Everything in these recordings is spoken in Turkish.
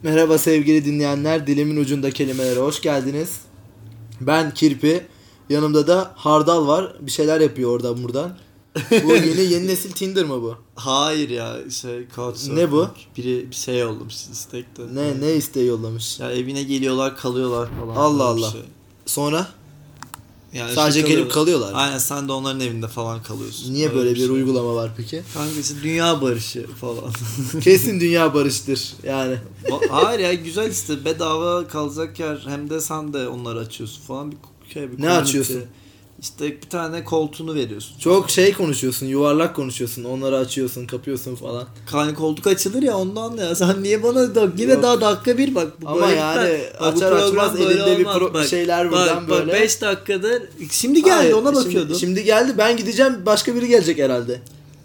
Merhaba sevgili dinleyenler, dilimin ucunda kelimelere hoş geldiniz. Ben Kirpi, yanımda da Hardal var. Bir şeyler yapıyor oradan buradan. Bu yeni nesil Tinder mı bu? Hayır ya Couchsurfing. Ne bu? Biri bir şey yollamış istekte. Ne isteği yollamış? Ya evine geliyorlar kalıyorlar falan. Allah Öyle bir Allah. şey. Sonra? Yani Sadece işte gelip kalıyorlar. Aynen, sen de onların evinde falan kalıyorsun. Niye Öyle böyle bir şey. uygulama var peki? Kanka işte dünya barışı falan. Kesin dünya barıştır yani. Hayır ya, güzel işte, bedava kalacak yer, hem de sen de onları açıyorsun falan, bir Ne açıyorsun? İşte bir tane koltuğunu veriyorsun. Çok konuşuyorsun, yuvarlak konuşuyorsun, onları açıyorsun, kapıyorsun falan. Hani koltuk açılır ya, ondan ya. Sen niye bana yine Yok. daha dakika bir bak. Bu Ama yani açar açmaz elinde bir şeyler buradan bak, böyle. 5 dakikadır. Şimdi geldi. Hayır, ona bakıyordum. Şimdi geldi, ben gideceğim, başka biri gelecek herhalde.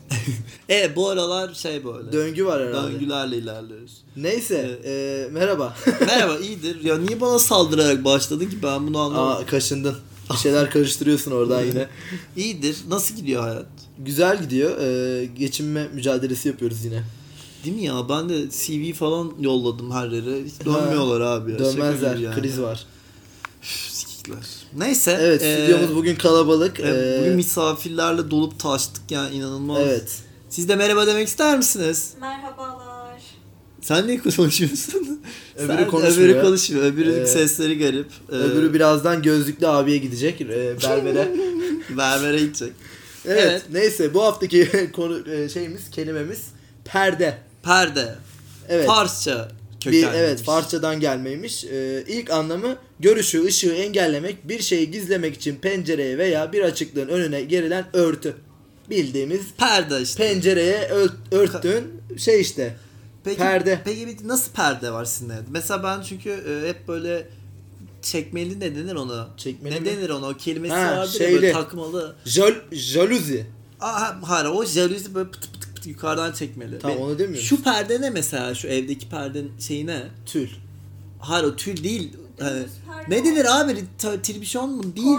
Bu aralar böyle. Döngü var herhalde. Döngülerle ilerliyoruz. Neyse, merhaba. Merhaba, iyidir. Ya niye bana saldırarak başladın ki, ben bunu anlamadım. Kaşındın. Bir şeyler karıştırıyorsun oradan yine. İyidir. Nasıl gidiyor hayat? Güzel gidiyor. Geçinme mücadelesi yapıyoruz yine. Değil mi ya? Ben de CV falan yolladım her yere. Hiç dönmüyorlar abi ya. Dönmezler. Yani. Kriz var. Sikikler. Neyse. Evet, stüdyomuz bugün kalabalık. Bugün misafirlerle dolup taştık yani, inanılmaz. Evet. Siz de merhaba demek ister misiniz? Merhabalar. Sen niye konuşuyorsun? Öbürü konuşmuyor. Öbürü konuşmuyor. Öbürünün sesleri garip. Öbürü birazdan gözlüklü abiye gidecek. Berbere. Berbere gidecek. Evet. Neyse, bu haftaki kelimemiz perde. Perde. Evet. Farsça kökenliymiş. Farsçadan gelmeymiş. İlk anlamı görüşü, ışığı engellemek, bir şeyi gizlemek için pencereye veya bir açıklığın önüne gerilen örtü. Bildiğimiz perde işte. Pencereye örttüğün işte. Perde. Peki nasıl perde var sizin evde? Mesela ben çünkü hep böyle çekmeli, ne denir ona? Çekmeli ne mi? denir ona? O kelimesi vardır ya, böyle takmalı. Jaluzi. Hayır, o jaluzi böyle pıt pıt pıt yukarıdan çekmeli. Tamam, onu demiyorum. Şu perde ne mesela? Şu evdeki perdenin şeyi ne? Tül. Hayır, o tül değil. Hani, ne denir abi? Tribüşon mu? Değil.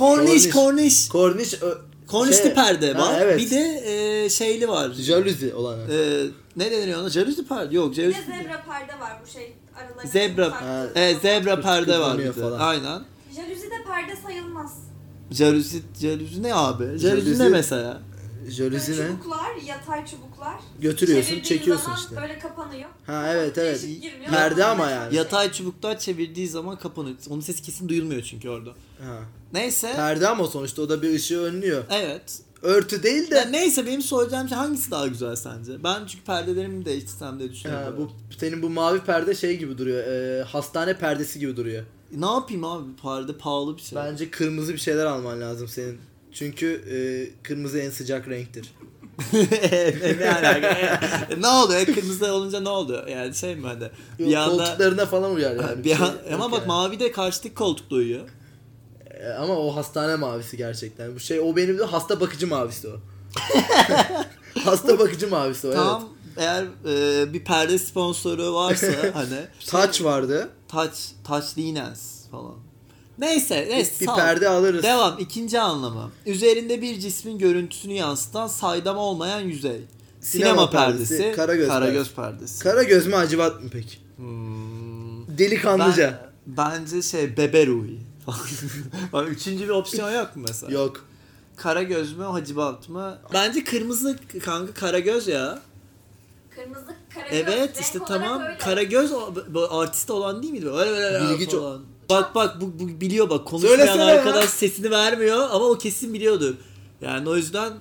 Korniş. Kornişli perde var. Evet. Bir de şeyli var. Jaluzi olan. Ne denir ona? Jaluzi perde. Yok, Bir de zebra perde var, bu aralarında. Zebra perde var bir de. Falan. Aynen. Jaluzi de perde sayılmaz. Jaluzi ne abi? Jaluzi ne mesela? Jaluzi ne? Çubuklar, yatay çubuklar. Götürüyorsun, Çevirdiğin çekiyorsun zaman işte. böyle kapanıyor. Evet. Işık girmiyor. Perde ama yani. Yatay çubuklar çevirdiği zaman kapanıyor. Onun sesi kesin duyulmuyor çünkü orada. Neyse. Perde ama sonuçta o da bir ışığı önlüyor. Evet. Örtü değil de. Neyse, benim soracağım şey, hangisi daha güzel sence? Ben çünkü perdelerimi değiştirsem diye düşünüyorum. Senin bu mavi perde gibi duruyor. Hastane perdesi gibi duruyor. Ne yapayım abi? Perde pahalı bir şey. Bence kırmızı bir şeyler alman lazım senin. Çünkü kırmızı en sıcak renktir. Ne alaka? Ne oluyor? Kırmızı olunca ne oluyor? Yani mi hani? Bir anda koltuklarına falan uyar yani. Ama bak, mavi de karşıdaki koltukta uyuyor. Ama o hastane mavisi gerçekten. O benim de hasta bakıcı mavisi o. Hasta bakıcı mavisi o. Tamam. Evet. Eğer bir perde sponsoru varsa hani Touch vardı. Touch Linens falan. Neyse bir perde alırız. Devam. İkinci anlamı. Üzerinde bir cismin görüntüsünü yansıtan saydam olmayan yüzey. Sinema perdesi. Karagöz perdesi. Karagöz mü, Hacivat mı peki? Delikanlıca. Bence Bebe Ruhi. Üçüncü bir opsiyon yok mu mesela? Yok. Karagöz mü, Hacivat mı? Bence kırmızı kanka, Karagöz ya. Kırmızı Karagöz. Evet işte tamam. Karagöz artist olan değil miydi? Bilgi falan. Bak bu biliyor, bak konuşmayan söylesene arkadaş ya. sesini vermiyor ama o kesin biliyordur. Yani o yüzden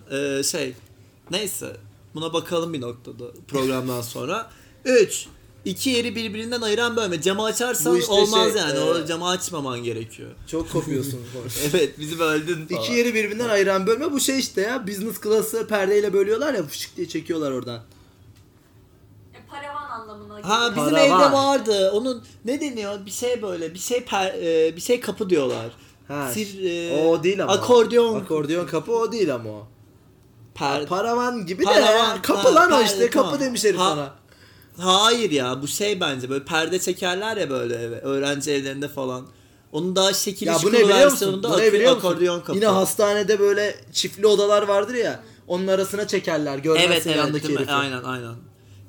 neyse, buna bakalım bir noktada programdan sonra. 3. İki yeri birbirinden ayıran bölme. Camı açarsan işte olmaz yani. O camı açmaman gerekiyor. Çok kopuyorsun. Evet, bizi böldün falan. İki yeri birbirinden ayıran bölme bu işte ya. Business class'ı perdeyle bölüyorlar ya, fışık diye çekiyorlar oradan. Paravan anlamına geliyor. Bizim evde vardı. Onun ne deniyor? Bir şey böyle. Bir şey kapı diyorlar. O değil ama. Akordeon kapı o değil ama o. Paravan gibi de. Kapı lan o işte. Kapı demiş herif ona. Hayır ya, bu bence böyle perde çekerler ya böyle öğrenci evlerinde falan. Onun daha şekilli şıklı versiyonunda akordeon kapı. Yine hastanede böyle çiftli odalar vardır ya. Onun arasına çekerler. Görmezsin yandaki herifi. Aynen.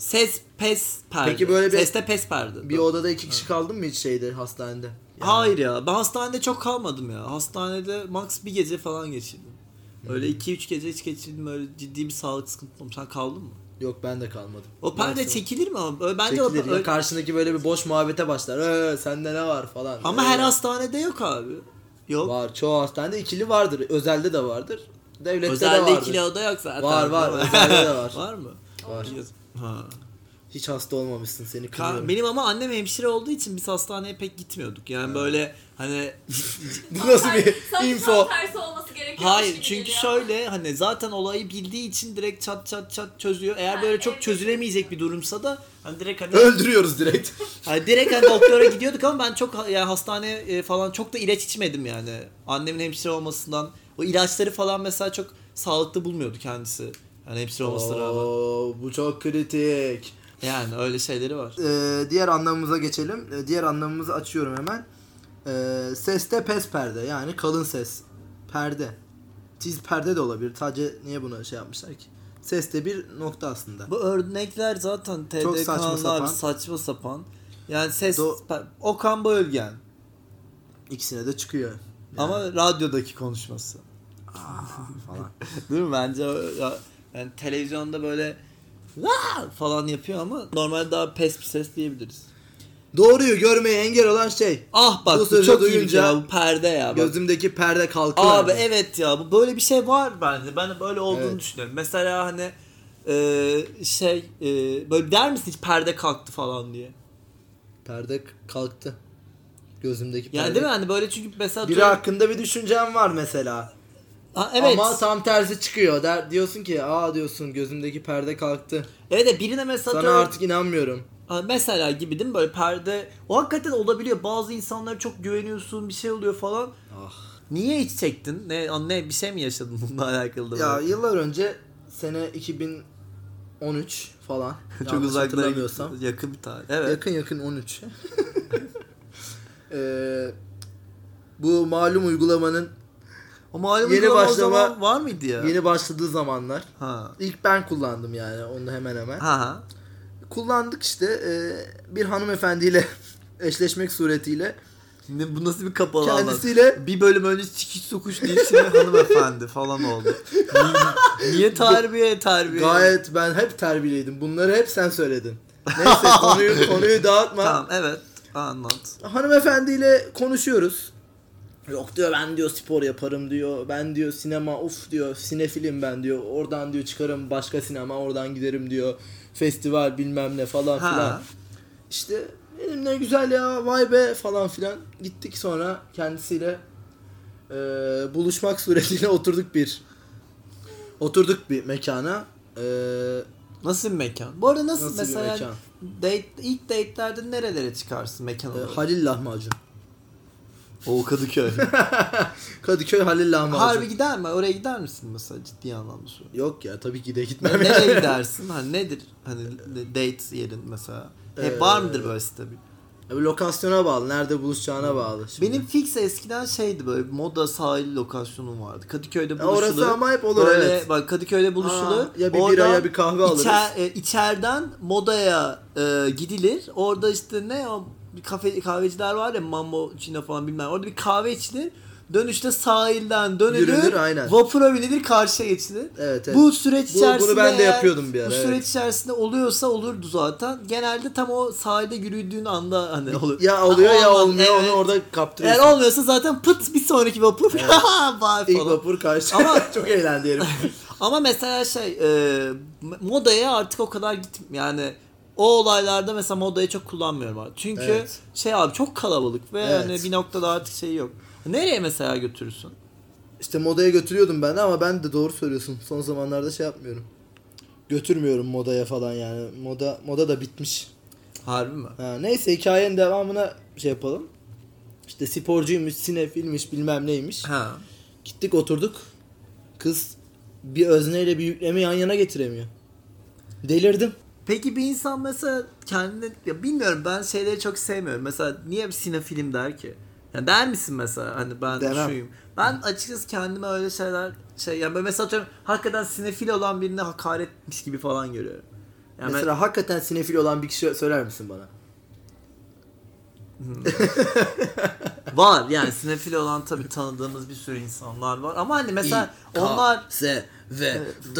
Ses pes perde. Peki böyle bir- Seste pes perde. Bir odada 2 kişi kaldın mı hiç şeyde hastanede? Yani Hayır ya. Ben hastanede çok kalmadım ya. Hastanede max bir gece falan geçirdim. Öyle 2-3 gece hiç geçirdim. Öyle ciddi bir sağlık sıkıntım olmuş. Sen kaldın mı? Yok, ben de kalmadım. O perde Maksimum. çekilir mi ama? Bence Çekilir. o Ya karşındaki böyle bir boş muhabbete başlar. Sende ne var falan. ama her hastanede yok abi. Yok. Var. Çoğu hastanede ikili vardır. Özelde de vardır. Devlette de Özelde vardır. ikili oda yok zaten. Var. Değil mi? Özelde de var. Var mı? Var. Ha. Hiç hasta olmamışsın, seni kınıyorum. Benim ama annem hemşire olduğu için biz hastaneye pek gitmiyorduk. Yani böyle hani Bu nasıl bir Sanki info? tam tersi olması gerekiyor. hayır çünkü şöyle hani zaten olayı bildiği için direkt çat çözüyor. Eğer böyle çok Evet. çözülemeyecek bir durumsa da hani direkt hani Öldürüyoruz direkt. hani direkt hani doktora gidiyorduk ama ben çok yani hastaneye falan çok da ilaç içmedim yani. Annemin hemşire olmasından o ilaçları falan mesela çok sağlıklı bulmuyordu kendisi. Yani hemşire olmasına rağmen. Oo, bu çok kritik. Yani öyle şeyleri var. Diğer anlamımıza geçelim. Diğer anlamımızı açıyorum hemen. Seste pes perde, yani kalın ses. Perde. Tiz perde de olabilir. Sadece niye buna şey yapmışlar ki? Seste bir nokta aslında. Bu örnekler zaten Çok TD saçma kanallar sapan. saçma sapan. Yani ses Do- Okan Bayülgen İkisine de çıkıyor. ama radyodaki konuşması. Falan. Değil mi? Bence yani televizyonda böyle "Aa!" falan yapıyor ama normalde daha pes bir ses diyebiliriz. Doğruyu görmeye engel olan şey. Ah bak Bu bu sözü çok iyi bir duyunca ya bu perde ya. Bak. Gözümdeki perde kalkıyor. Abi evet ya bu böyle bir şey var bence. Ben de böyle olduğunu Evet. düşünüyorum. Mesela hani böyle der misin hiç perde kalktı falan diye. Perde kalktı. Gözümdeki perde. Yani değil mi hani böyle çünkü mesela Biri hakkında bir düşüncem var mesela. Ha, evet. Ama tam tersi çıkıyor. Diyorsun ki diyorsun gözümdeki perde kalktı. Evet de birine mesela Sana artık inanmıyorum. mesela gibi değil mi böyle perde o hakikaten olabiliyor. Bazı insanlara çok güveniyorsun bir şey oluyor falan. Ah. Niye hiç çektin? Ne bir şey mi yaşadın bununla alakalı da Ya böyle? yıllar önce sene 2013 falan. Çok Yanlış uzaklara hatırlamıyorsam. yakın bir tarih. Evet. Yakın 13. Bu malum uygulamanın O malum Yeni uygulama o başlama- zaman var mıydı ya? yeni başladığı zamanlar. Ha. İlk ben kullandım yani onu hemen hemen. Ha. Kullandık işte bir hanımefendiyle eşleşmek suretiyle Bu nasıl bir kapalı alan? kendisiyle Bir bölüm önce sikiş sokuş değil şimdi hanımefendi falan oldu. Niye terbiye? gayet ben hep terbiyeliydim. Bunları hep sen söyledin. Neyse konuyu dağıtma. Tamam evet anlat. Hanımefendiyle konuşuyoruz. Yok diyor, ben diyor spor yaparım diyor. Ben diyor sinema diyor, sinefilim ben diyor. Oradan diyor çıkarım başka sinema, oradan giderim diyor. Festival bilmem ne falan filan. Ha. İşte dedim ne güzel ya, vay be falan filan. Gittik sonra kendisiyle buluşmak suretiyle oturduk bir mekana. Nasıl bir mekan? Bu arada nasıl Nasıl bir mesela mekan? ilk date'lerde nerelere çıkarsın mekan olarak? Halil lahmacun. O Kadıköy. Kadıköy Halil lahmacun. Harbi gider mi? Oraya gider misin mesela ciddi anlamda soruyorum. Yok ya, tabii ki de gitmem. Nereye gidersin? Hani nedir? Hani date yerin mesela. Hep var mıdır böyle tabii. Lokasyona bağlı. Nerede buluşacağına bağlı. Şimdi. Benim fix eskiden şeydi böyle moda sahil lokasyonum vardı. Kadıköy'de buluşulur. Orası ama hep olur, böyle, evet. Bak Kadıköy'de buluşulur. Ya bir bira ya bir kahve alırız. İçeriden modaya gidilir. Orada işte ne o kahveciler var ya Mambo Çino falan bilmem. Orada bir kahve içilir. Dönüşte sahilden dönülür. Yürünür, aynen. Vapura binilir, karşıya geçilir. Evet. Bu süreç içerisinde bunu ben de eğer yapıyordum bir ara. Bu süreç içerisinde oluyorsa olurdu zaten. Genelde tam o sahilde yürüdüğün anda hani olur. Ya oluyor ya olmaz, olmuyor, evet. onu orada Eğer kaptırıyorsun. olmuyorsa zaten pıt bir sonraki vapur. Evet. Bye İlk falan. vapur karşı. Ama- çok eğlendi herif. Ama mesela modaya artık o kadar yani o olaylarda mesela modayı çok kullanmıyorum artık. Çünkü Evet. abi çok kalabalık ve Evet. hani bir noktada artık şey yok. Nereye mesela götürürsün? İşte modaya götürüyordum ben de, ama ben de doğru söylüyorsun. Son zamanlarda şey yapmıyorum. Götürmüyorum modaya falan yani. Moda da bitmiş. Harbi mi? Neyse, hikayenin devamına şey yapalım. İşte sporcuymuş, sinefilmiş, bilmem neymiş. Ha. Gittik oturduk. Kız bir özneyle bir yüklemi yan yana getiremiyor. Delirdim. Peki bir insan mesela kendine ya bilmiyorum ben şeyleri çok sevmiyorum. Mesela niye bir sinefilm der ki? Yani der misin mesela hani ben Demem. şuyum. Ben açıkçası kendime öyle şeyler yani böyle mesela atıyorum hakikaten sinefil olan birine hakaretmiş gibi falan görüyorum. Yani Mesela hakikaten sinefil olan bir kişi söyler misin bana? var yani sinefil olan tabii tanıdığımız bir sürü insanlar var ama hani mesela onlar S ve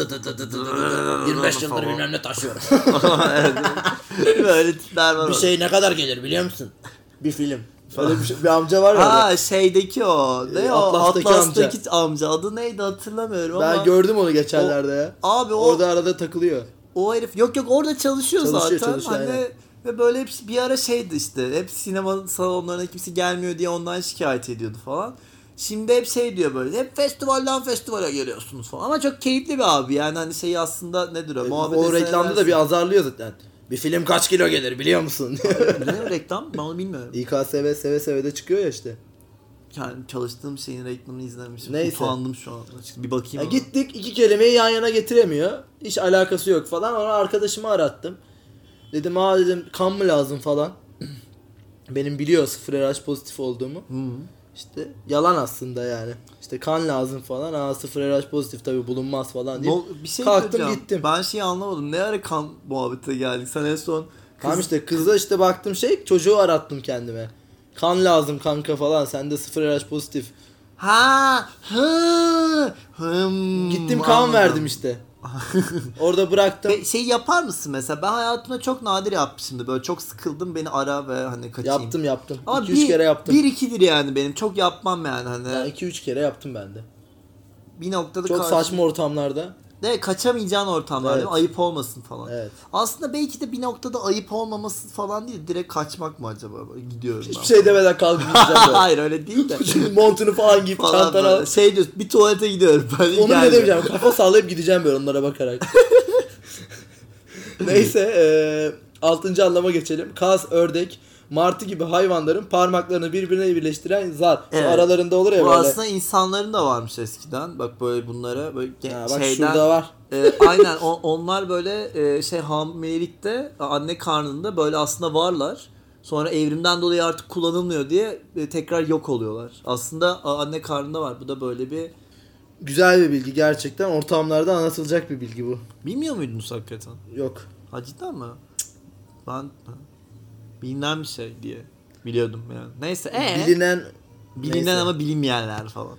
25 yıldır bilmem ne taşıyorum. böyle tipler var. Bir şey ne kadar gelir biliyor musun? Bir film. Öyle bir amca var ya. Ha şeydeki o. Ne o? Atlas'taki Atlas'taki amca. Adı neydi hatırlamıyorum ama. Ben gördüm onu geçenlerde ya. Abi o Orada arada takılıyor. o herif yok orada çalışıyor zaten. Çalışıyor, Hani aynen. ve böyle hepsi bir ara şeydi işte. Hep sinema salonlarına kimse gelmiyor diye ondan şikayet ediyordu falan. Şimdi hep şey diyor böyle. Hep festivalden festivale geliyorsunuz falan. Ama çok keyifli bir abi. Yani hani şey aslında nedir o? Muhabbet O etsene reklamda da dersin. bir azarlıyor zaten. Bir film kaç kilo gelir biliyor musun? Ne o reklam? Ben onu bilmiyorum. İKSV seve seve de çıkıyor ya işte. Yani çalıştığım şeyin reklamını izlemişim. Neyse. Utandım şu an. Bir bakayım. Ya ona. gittik iki kelimeyi yan yana getiremiyor. Hiç alakası yok falan. Ona arkadaşımı arattım. Dedim dedim kan mı lazım falan. Benim biliyor 0 RH pozitif olduğumu. İşte yalan aslında yani. İşte kan lazım falan. 0 RH pozitif tabi bulunmaz falan diye. Bir şey kalktım söyleyeceğim. gittim. Ben şeyi anlamadım. Ne ara kan muhabbete geldik? Sen en son Tamam işte kızla işte baktım çocuğu arattım kendime. Kan lazım kanka falan. Sende 0 RH pozitif. Gittim kan anladım. verdim işte. Orada bıraktım. Şey yapar mısın mesela? Ben hayatımda çok nadir yapmışımdır. Böyle çok sıkıldım beni ara ve hani kaçayım. Yaptım. Ama 2-3 kere yaptım. 1-2'dir yani benim. Çok yapmam yani hani. Yani 2-3 kere yaptım ben de. Bir noktada Çok saçma ortamlarda. De kaçamayacağın ortamlar Evet. değil mi? Ayıp olmasın falan. Evet. Aslında belki de bir noktada ayıp olmaması falan değil. Direkt kaçmak mı acaba? Böyle gidiyorum ben. Hiçbir şey demeden kalkıp gideceğim böyle. Hayır öyle değil de. Şimdi montunu falan giyip Falan çantanı böyle. al. Şey diyorsun bir tuvalete gidiyorum. Ben Onu ne demeyeceğim. Kafa sallayıp gideceğim böyle onlara bakarak. Neyse 6. anlama geçelim. Kaz, ördek, martı gibi hayvanların parmaklarını birbirine birleştiren zar. Şu Evet. aralarında olur ya Bu böyle. aslında insanların da varmış eskiden. Bak böyle bunlara böyle Bak şeyden. şurada var. Aynen onlar böyle şey hamilelikte anne karnında böyle aslında varlar. Sonra evrimden dolayı artık kullanılmıyor diye tekrar yok oluyorlar. Aslında anne karnında var. Bu da böyle bir... Güzel bir bilgi gerçekten. Ortamlarda anlatılacak bir bilgi bu. Bilmiyor muydunuz hakikaten? Yok. Ha cidden mi? Ben bilinen bir şey diye biliyordum yani. Neyse. Bilinen neyse. ama bilinmeyenler falan.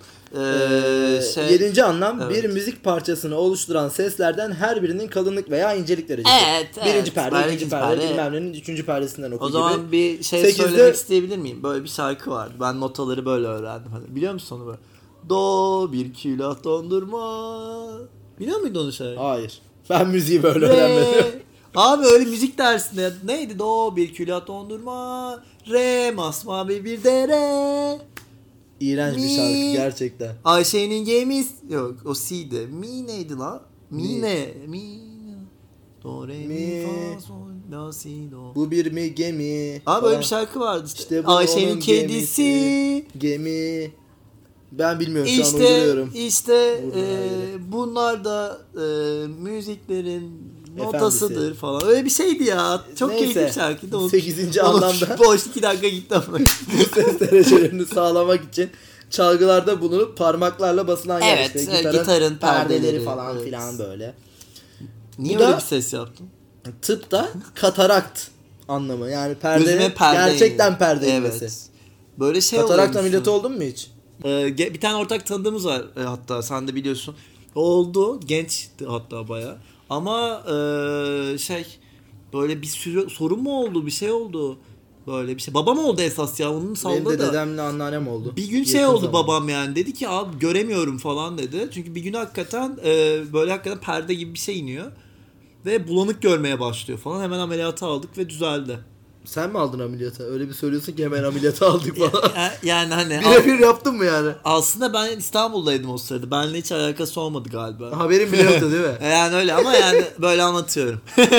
7. anlam Evet. bir müzik parçasını oluşturan seslerden her birinin kalınlık veya incelik derecesi. Evet, Birinci evet. perde, Ben ikinci ikinci perde, perde. bilmem nenin 3. perdesinden oku O gibi. zaman bir şey 8'de söylemek isteyebilir miyim? Böyle bir şarkı vardı. Ben notaları böyle öğrendim. Hani biliyor musun onu böyle? Do bir külah dondurma. Biliyor muydun onu şey? Hayır. Ben müziği böyle öğrenmedim. Abi öyle müzik dersinde neydi? Do bir külah dondurma. Re masmavi bir dere. İğrenç bir Mi. şarkı gerçekten. Ayşe'nin gemisi yok o C'di. Mi neydi la? Mi Mi. ne? Mi do re mi Mi. fa sol la si do. Bu bir mi gemi. Abi falan. böyle bir şarkı vardı işte. İşte bu Ayşe'nin onun kedisi. gemisi. Gemi. Ben bilmiyorum şu an İşte uyduruyorum. işte Buradan bunlar da müziklerin Efendisi. notasıdır falan. Öyle bir şeydi ya. Çok Neyse. keyifli bir şarkıydı. 8. anlamda Boş 2 dakika gitti ama. ses derecelerini sağlamak için çalgılarda bulunup parmaklarla basılan yer Evet, işte. gitarın perdeleri perdeleri, falan evet. filan böyle. Niye Bu da- öyle bir ses yaptın? Tıpta katarakt anlamı. Yani perde Gözüme perde gerçekten iniyor. perde Evet. inmesi. Böyle şey Katarakt oluyormuşsun. ameliyatı oldun mu hiç? Bir tane ortak tanıdığımız var hatta sen de biliyorsun. Oldu. Gençti hatta baya. Ama şey böyle bir sürü sorun mu oldu? Bir şey oldu. Böyle bir şey. Babam oldu esas ya. Onun Benim salladı de da. dedemle anneannem oldu. Bir gün şey Yakın oldu zamanda. babam yani. Dedi ki abi göremiyorum falan dedi. Çünkü bir gün hakikaten böyle hakikaten perde gibi bir şey iniyor. Ve bulanık görmeye başlıyor falan. Hemen ameliyata aldık ve düzeldi. Sen mi aldın ameliyata? Öyle bir söylüyorsun ki hemen ameliyata aldık falan. Yani hani Birebir yaptın mı yani? aslında ben İstanbul'daydım o sırada. Benimle hiç alakası olmadı galiba. Haberin bile yoktu değil mi? Yani öyle ama yani böyle anlatıyorum.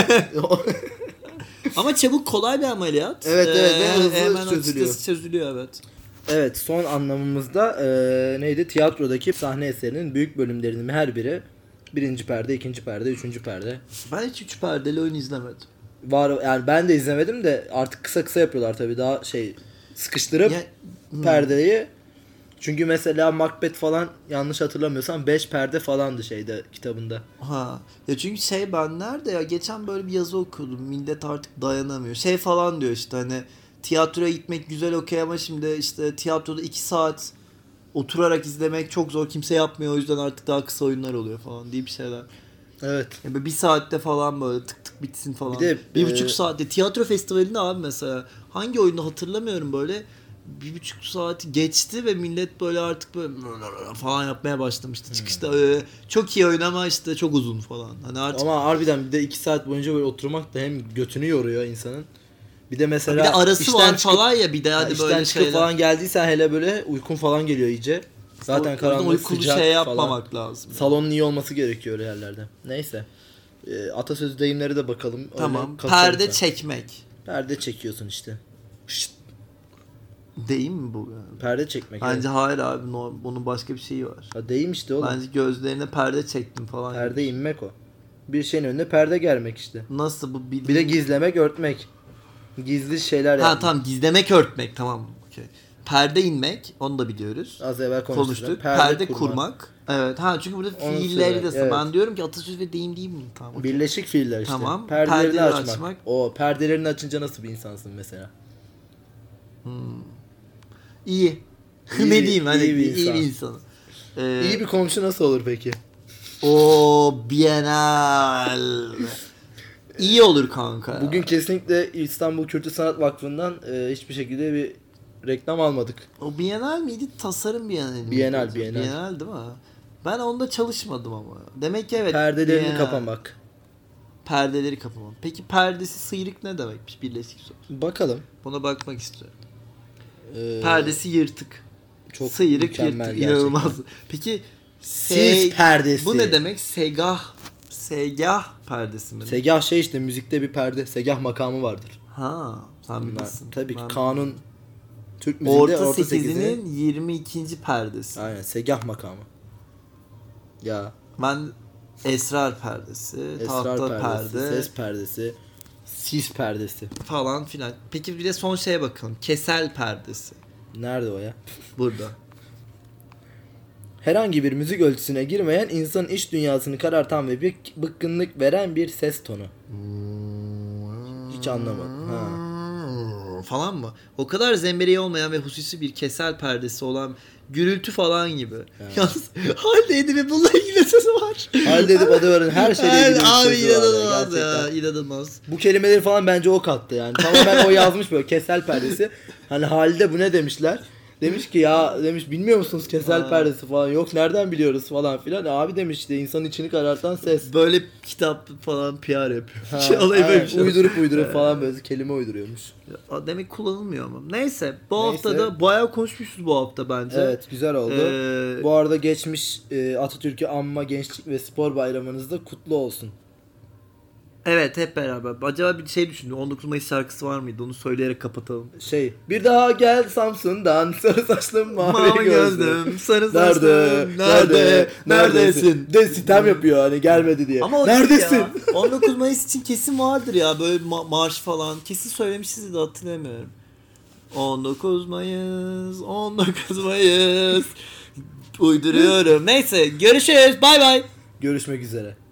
Ama çabuk kolay bir ameliyat. Evet, ve hızlı hemen çözülüyor. açıkçası çözülüyor evet. Evet, son anlamımızda neydi? Tiyatrodaki sahne eserinin büyük bölümlerinin her biri birinci perde, ikinci perde, üçüncü perde. Ben hiç 3 perdeli oyun izlemedim. Var yani ben de izlemedim de artık kısa kısa yapıyorlar tabii daha şey sıkıştırıp Ya, perdeyi Çünkü mesela Macbeth falan yanlış hatırlamıyorsam 5 perde falandı şeyde kitabında. Ha. Ya çünkü ben nerede ya geçen böyle bir yazı okudum. Millet artık dayanamıyor. Falan diyor işte hani tiyatroya gitmek güzel okey ama şimdi işte tiyatroda 2 saat oturarak izlemek çok zor. Kimse yapmıyor o yüzden artık daha kısa oyunlar oluyor falan diye bir şeyler. Evet. Ya böyle 1 saatte falan böyle tık tık bitsin falan. Bir de 1,5 saatte tiyatro festivalinde abi mesela hangi oyunu hatırlamıyorum böyle 1,5 saati geçti ve millet böyle artık böyle falan yapmaya başlamıştı. Çıkışta çok iyi oyun ama işte çok uzun falan. Hani artık Ama harbiden bir de 2 saat boyunca böyle oturmak da hem götünü yoruyor insanın. Bir de mesela bir de arası işten var çıkıp, falan ya bir de hadi işten böyle çıkıp şeyler. falan geldiysen hele böyle uykun falan geliyor iyice. Zaten O yüzden karanlık, uykulu sıcak şey falan. yapmamak lazım. Salonun iyi olması gerekiyor öyle yerlerde. Neyse. Atasözü deyimleri de bakalım. Öyle Tamam. kaçarız Perde ha. çekmek. Perde çekiyorsun işte. Şşt, Değil mi bu yani? perde çekmek. Bence evet. hayır abi bunun başka bir şeyi var. Ha, deyim işte oğlum. Bence gözlerine perde çektim falan. Perde gibi. inmek o. Bir şeyin önüne perde germek işte. Nasıl bu Bir de gizlemek, örtmek. Gizli şeyler Ha yapmak. tamam gizlemek örtmek tamam. Okey. Perde inmek onu da biliyoruz. Az evvel Konuştuk. Perde, Perde kurmak. Evet. Ha çünkü burada Onu fiilleri de söylemek, evet. ben diyorum ki atasöz ve deyim değil mi? Tamam. okey. Birleşik fiiller işte. Tamam. Perdelerini Perdeleri açmak. açmak. O perdelerini açınca nasıl bir insansın mesela? İyi. İyi ne bir- diyeyim hani iyi bir iyi bir insan. insan. İyi bir komşu nasıl olur peki? O Bienal. İyi olur kanka. ya. Bugün kesinlikle İstanbul Kültür Sanat Vakfı'ndan hiçbir şekilde bir reklam almadık. O Bienal miydi? Tasarım Bienali miydi? Bienal. Bienal değil mi? Ben onda çalışmadım ama. Demek ki evet. Perdelerini Bienal. kapamak. Perdeleri kapamak. Peki perdesi sıyrık ne demekmiş? Birleşik soru. Bakalım. Buna bakmak istiyorum. Ee, Perdesi yırtık. çok Sıyrık mükemmel yırtık. gerçekten. İnanılmaz. Peki Sis perdesi. Bu ne demek? Segah perdesi mi? Segah şey işte müzikte bir perde. Segah makamı vardır. Ha, sen Bunlar, bilirsin. tabii ki Ben kanun Türk müziğinde orta orta 8'inin sekizinin 22. perdesi. aynen segah makamı. Ya Ben esrar perdesi, esrar tahta perdesi, perde ses perdesi, sis perdesi. falan filan. Peki bir de son şeye bakalım. Kesel perdesi. Nerede o ya? Burada. Herhangi bir müzik ölçüsüne girmeyen insanın iç dünyasını karartan ve bir bıkkınlık veren bir ses tonu. Hiç anlamadım. Ha. Falan mı? O kadar zembereği olmayan ve hususi bir kesel perdesi olan gürültü falan gibi. Yalnız Halide Edip'in bununla ilgili sözü var. Halide Edip Adıvar'ın her şeyle ilgili bir Abi sözü var inanılmaz ya, ya. gerçekten. İnanılmaz. Bu kelimeleri falan bence o kattı yani. Tamamen o yazmış böyle kesel perdesi. Hani Halide bu ne demişler? Demiş ki ya demiş bilmiyor musunuz kesel perdesi falan yok nereden biliyoruz falan filan. Abi demiş işte insanın içini karartan ses. Böyle kitap falan PR yapıyor. Ha, Olayı böyle bir evet, şey. uydurup falan böyle kelime uyduruyormuş. Demek kullanılmıyor ama. Neyse bu Neyse. hafta da bayağı konuşmuşuz bu hafta bence. Evet güzel oldu. Ee, Bu arada geçmiş Atatürk'ü anma gençlik ve spor bayramınız da kutlu olsun. Evet hep beraber. Acaba bir şey düşündüm. 19 Mayıs şarkısı var mıydı? Onu söyleyerek kapatalım. Bir daha gel Samsun'dan sarı saçlım mavi Mavi gözlüm. gözlüm, sarı Nerede? saçlım, Neredesin? De sitem yapıyor hani gelmedi diye. Ama o değil Neredesin? ya. 19 Mayıs için kesin vardır ya böyle marş falan. Kesin söylemişiz de hatırlamıyorum. 19 Mayıs, 19 Mayıs. Uyduruyorum. Neyse görüşürüz. Bay bay. Görüşmek üzere.